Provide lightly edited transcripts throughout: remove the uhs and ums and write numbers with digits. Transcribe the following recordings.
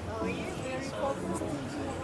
Are you very focused in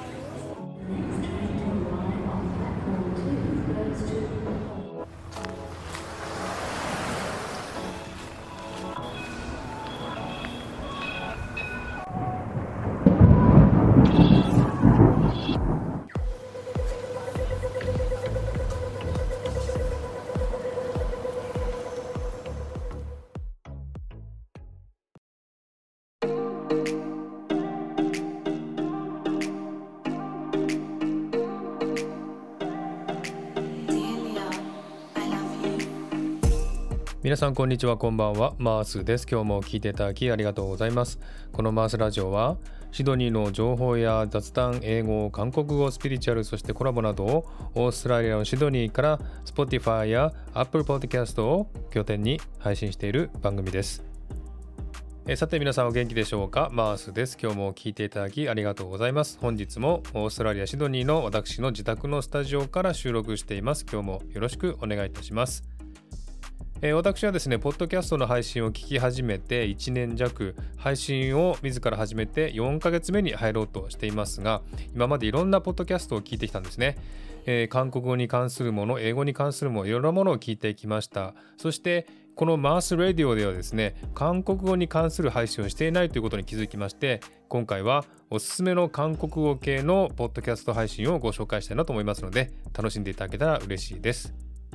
皆さんこんにちは、こんばんは。マースです。今日も聞いていただきありがとうございます。このマースラジオはシドニーの情報や雑談、英語、韓国語、スピリチュアル、そしてコラボなどをオーストラリアのシドニーから Spotify や Apple Podcast を拠点に配信している番組です。さて皆さんお元気でしょうか。マースです。今日も聞いていただきありがとうございます。本日もオーストラリアシドニーの私の自宅のスタジオから収録しています。今日もよろしくお願いいたします。私はですね、ポッドキャストの配信を聞き始めて1年弱、配信を自ら始めて4ヶ月目に入ろうとしていますが、今までいろんなポッドキャストを聞いてきたんですね。韓国語に関するもの、英語に関するもの、いろんなものを聞いてきました。そしてこのマースラディオではですね、韓国語に関する配信をしていないということに気づきまして、今回はおすすめの韓国語系のポッドキャスト配信をご紹介したいなと思いますので、楽しんでいただけたら嬉しいです。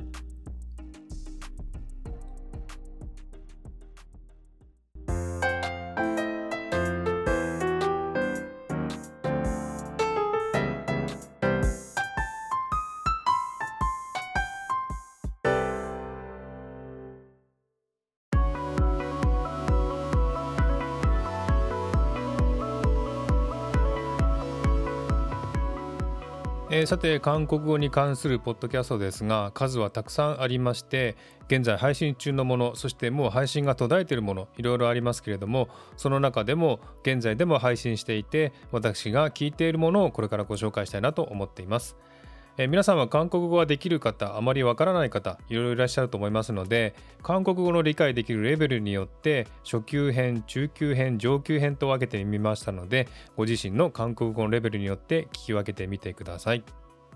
さて韓国語に関するポッドキャストですが、数はたくさんありまして、現在配信中のもの、そしてもう配信が途絶えているもの、いろいろありますけれども、その中でも現在でも配信していて、私が聞いているものをこれからご紹介したいなと思っています。皆さんは韓国語ができる方、あまりわからない方、いろいろいらっしゃると思いますので、韓国語の理解できるレベルによって初級編、中級編、上級編と分けてみましたので、ご自身の韓国語のレベルによって聞き分けてみてください。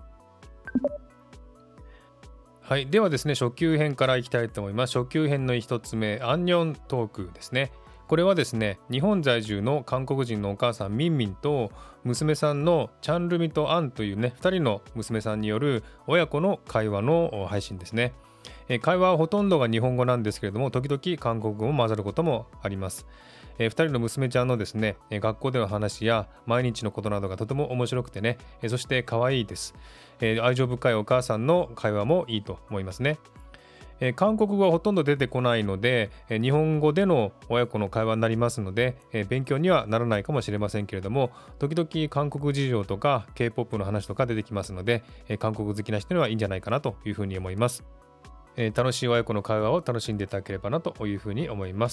はい、ではですね、初級編からいきたいと思います。初級編の一つ目、アンニョントークですね。これはですね、日本在住の韓国人のお母さんミンミンと娘さんのチャンルミとアンというね、2人の娘さんによる親子の会話の配信ですね。会話はほとんどが日本語なんですけれども、時々韓国語も混ざることもあります。2人の娘ちゃんのですね、学校での話や毎日のことなどがとても面白くてね、そして可愛いです。愛情深いお母さんの会話もいいと思いますね。韓国語はほとんど出てこないので、日本語での親子の会話になりますので、勉強にはならないかもしれませんけれども、時々韓国事情とか K-POP の話とか出てきますので、韓国好きな人にはいいんじゃないかなというふうに思います。楽しい親子の会話を楽しんでいただければなというふうに思います。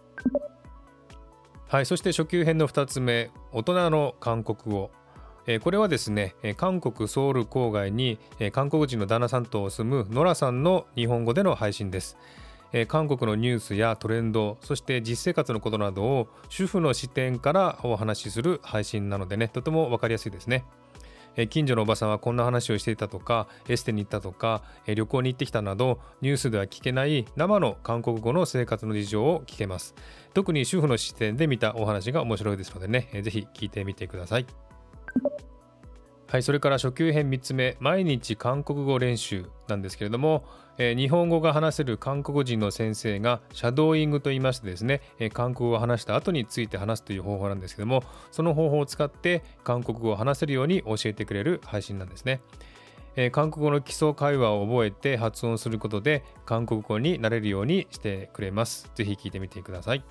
はい、そして初級編の2つ目、大人の韓国語。これはですね、韓国ソウル郊外に韓国人の旦那さんと住むノラさんの日本語での配信です。韓国のニュースやトレンド、そして実生活のことなどを主婦の視点からお話しする配信なのでね、とても分かりやすいですね。近所のおばさんはこんな話をしていたとか、エステに行ったとか、旅行に行ってきたなど、ニュースでは聞けない生の韓国語の生活の事情を聞けます。特に主婦の視点で見たお話が面白いですのでね、ぜひ聞いてみてください。はい、それから初級編3つ目、毎日韓国語練習なんですけれども、日本語が話せる韓国人の先生がシャドーイングと言いましてですね、韓国語を話した後について話すという方法なんですけども、その方法を使って韓国語を話せるように教えてくれる配信なんですね。韓国語の基礎会話を覚えて発音することで韓国語になれるようにしてくれます。ぜひ聞いてみてください。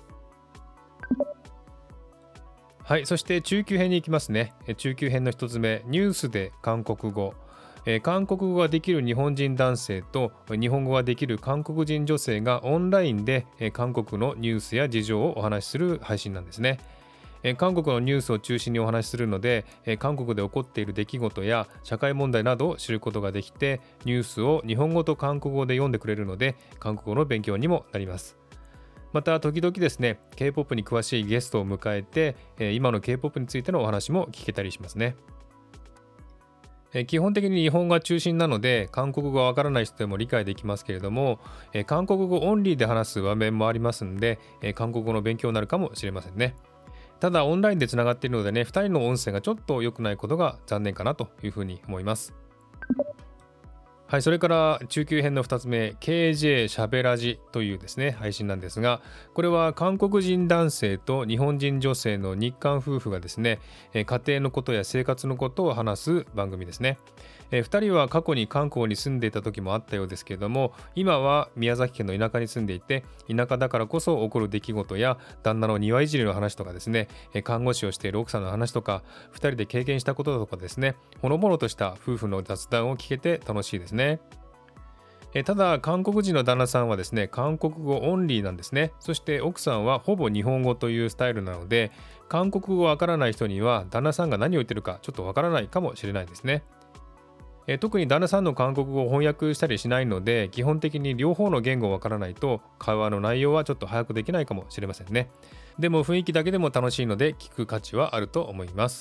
はい、そして中級編に行きますね。中級編の一つ目、ニュースで韓国語。韓国語ができる日本人男性と日本語ができる韓国人女性がオンラインで韓国のニュースや事情をお話しする配信なんですね。韓国のニュースを中心にお話しするので、韓国で起こっている出来事や社会問題などを知ることができて、ニュースを日本語と韓国語で読んでくれるので、韓国語の勉強にもなります。 また時々ですね K-POP に詳しいゲストを迎えて今の K-POP についてのお話も聞けたりしますね。基本的に日本語が中心なので韓国語がわからない人でも理解できますけれども、韓国語オンリーで話す場面もありますので、韓国語の勉強になるかもしれませんね。ただオンラインでつながっているのでね、2人の音声がちょっと良くないことが残念かなというふうに思います。はい、それから中級編の2つ目 KJ しゃべらじというですね配信なんですが、これは韓国人男性と日本人女性の日韓夫婦がですね家庭のことや生活のことを話す番組ですね。2人は過去に韓国に住んでいた時もあったようですけれども、今は宮崎県の田舎に住んでいて、田舎だからこそ起こる出来事や旦那の庭いじりの話とかですね、看護師をしている奥さんの話とか、2人で経験したこととかですね、ほのぼのとした夫婦の雑談を聞けて楽しいですね。ただ韓国人の旦那さんはですね韓国語オンリーなんですね。そして奥さんはほぼ日本語というスタイルなので、韓国語わからない人には旦那さんが何を言ってるかちょっとわからないかもしれないですね。特に旦那さんの韓国語を翻訳したりしないので、基本的に両方の言語わからないと会話の内容はちょっと把握できないかもしれませんね。でも雰囲気だけでも楽しいので聞く価値はあると思います。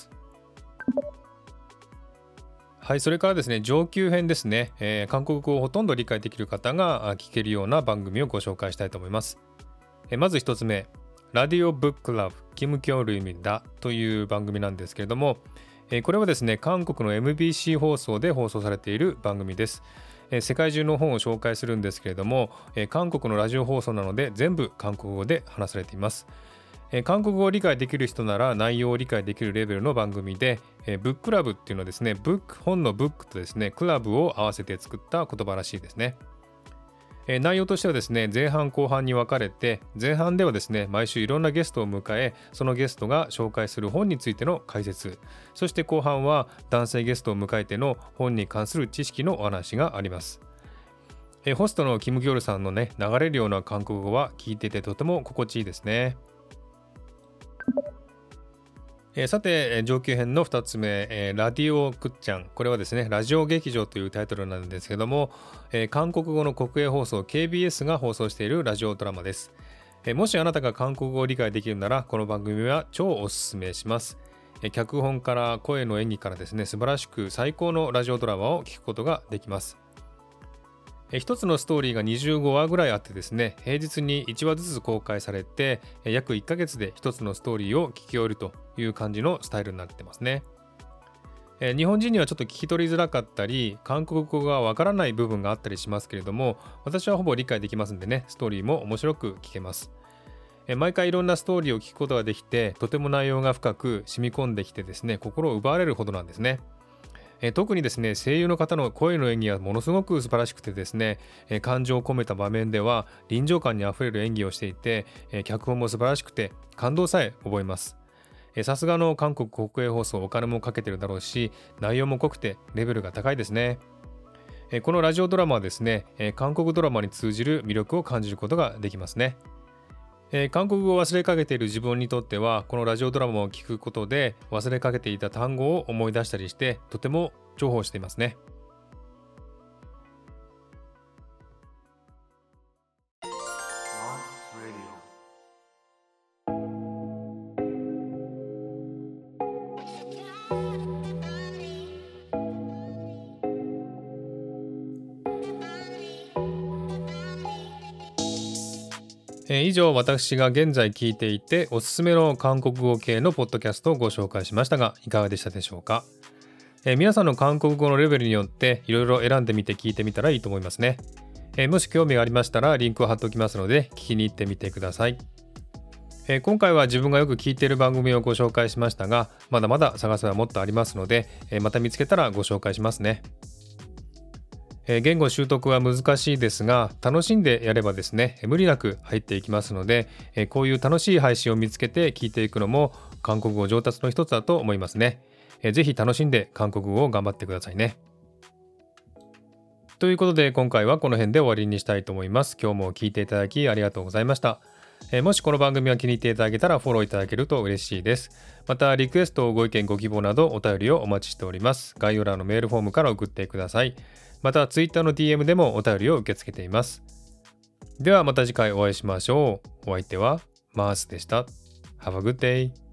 はい、それからですね上級編ですね、韓国語をほとんど理解できる方が聞けるような番組をご紹介したいと思います。まず一つ目、ラディオブックラブキムキョンルイミダという番組なんですけれども、これはですね韓国の MBC 放送で放送されている番組です。世界中の本を紹介するんですけれども、韓国のラジオ放送なので全部韓国語で話されています。韓国語を理解できる人なら内容を理解できるレベルの番組で、ブックラブっていうのはですね本のブックとですねクラブを合わせて作った言葉らしいですね。内容としてはですね前半後半に分かれて、前半ではですね毎週いろんなゲストを迎え、そのゲストが紹介する本についての解説、そして後半は男性ゲストを迎えての本に関する知識のお話があります。ホストのキム・ギョルさんのね流れるような韓国語は聞いていてとても心地いいですね。さて上級編の2つ目、ラディオクッチャン、これはですねラジオ劇場というタイトルなんですけども、韓国語の国営放送 KBS が放送しているラジオドラマです。もしあなたが韓国語を理解できるならこの番組は超おすすめします。脚本から声の演技からですね素晴らしく最高のラジオドラマを聞くことができます。一つのストーリーが25話ぐらいあってですね、平日に1話ずつ公開されて、約1ヶ月で一つのストーリーを聞き終えるという感じのスタイルになってますね。日本人にはちょっと聞き取りづらかったり、韓国語がわからない部分があったりしますけれども、私はほぼ理解できますんでね、ストーリーも面白く聞けます。毎回いろんなストーリーを聞くことができて、とても内容が深く染み込んできてですね、心を奪われるほどなんですね。特にですね声優の方の声の演技はものすごく素晴らしくてですね、感情を込めた場面では臨場感にあふれる演技をしていて、脚本も素晴らしくて感動さえ覚えます。さすがの韓国国営放送、お金もかけてるだろうし、内容も濃くてレベルが高いですね。このラジオドラマはですね、韓国ドラマに通じる魅力を感じることができますね。韓国語を忘れかけている自分にとっては、このラジオドラマを聞くことで忘れかけていた単語を思い出したりして、とても重宝していますね。以上、私が現在聞いていておすすめの韓国語系のポッドキャストをご紹介しましたが、いかがでしたでしょうか。皆さんの韓国語のレベルによっていろいろ選んでみて聞いてみたらいいと思いますね。もし興味がありましたらリンクを貼っておきますので聞きに行ってみてください。今回は自分がよく聞いている番組をご紹介しましたが、まだまだ探せばもっとありますので、また見つけたらご紹介しますね。言語習得は難しいですが、楽しんでやればですね無理なく入っていきますので、こういう楽しい配信を見つけて聞いていくのも韓国語上達の一つだと思いますね。ぜひ楽しんで韓国語を頑張ってくださいね。ということで今回はこの辺で終わりにしたいと思います。今日も聞いていただきありがとうございました。もしこの番組が気に入っていただけたらフォローいただけると嬉しいです。またリクエスト、ご意見、ご希望などお便りをお待ちしております。概要欄のメールフォームから送ってください。また Twitter の DM でもお便りを受け付けています。 ではまた次回お会いしましょう。お相手はマースでした。Have a good day!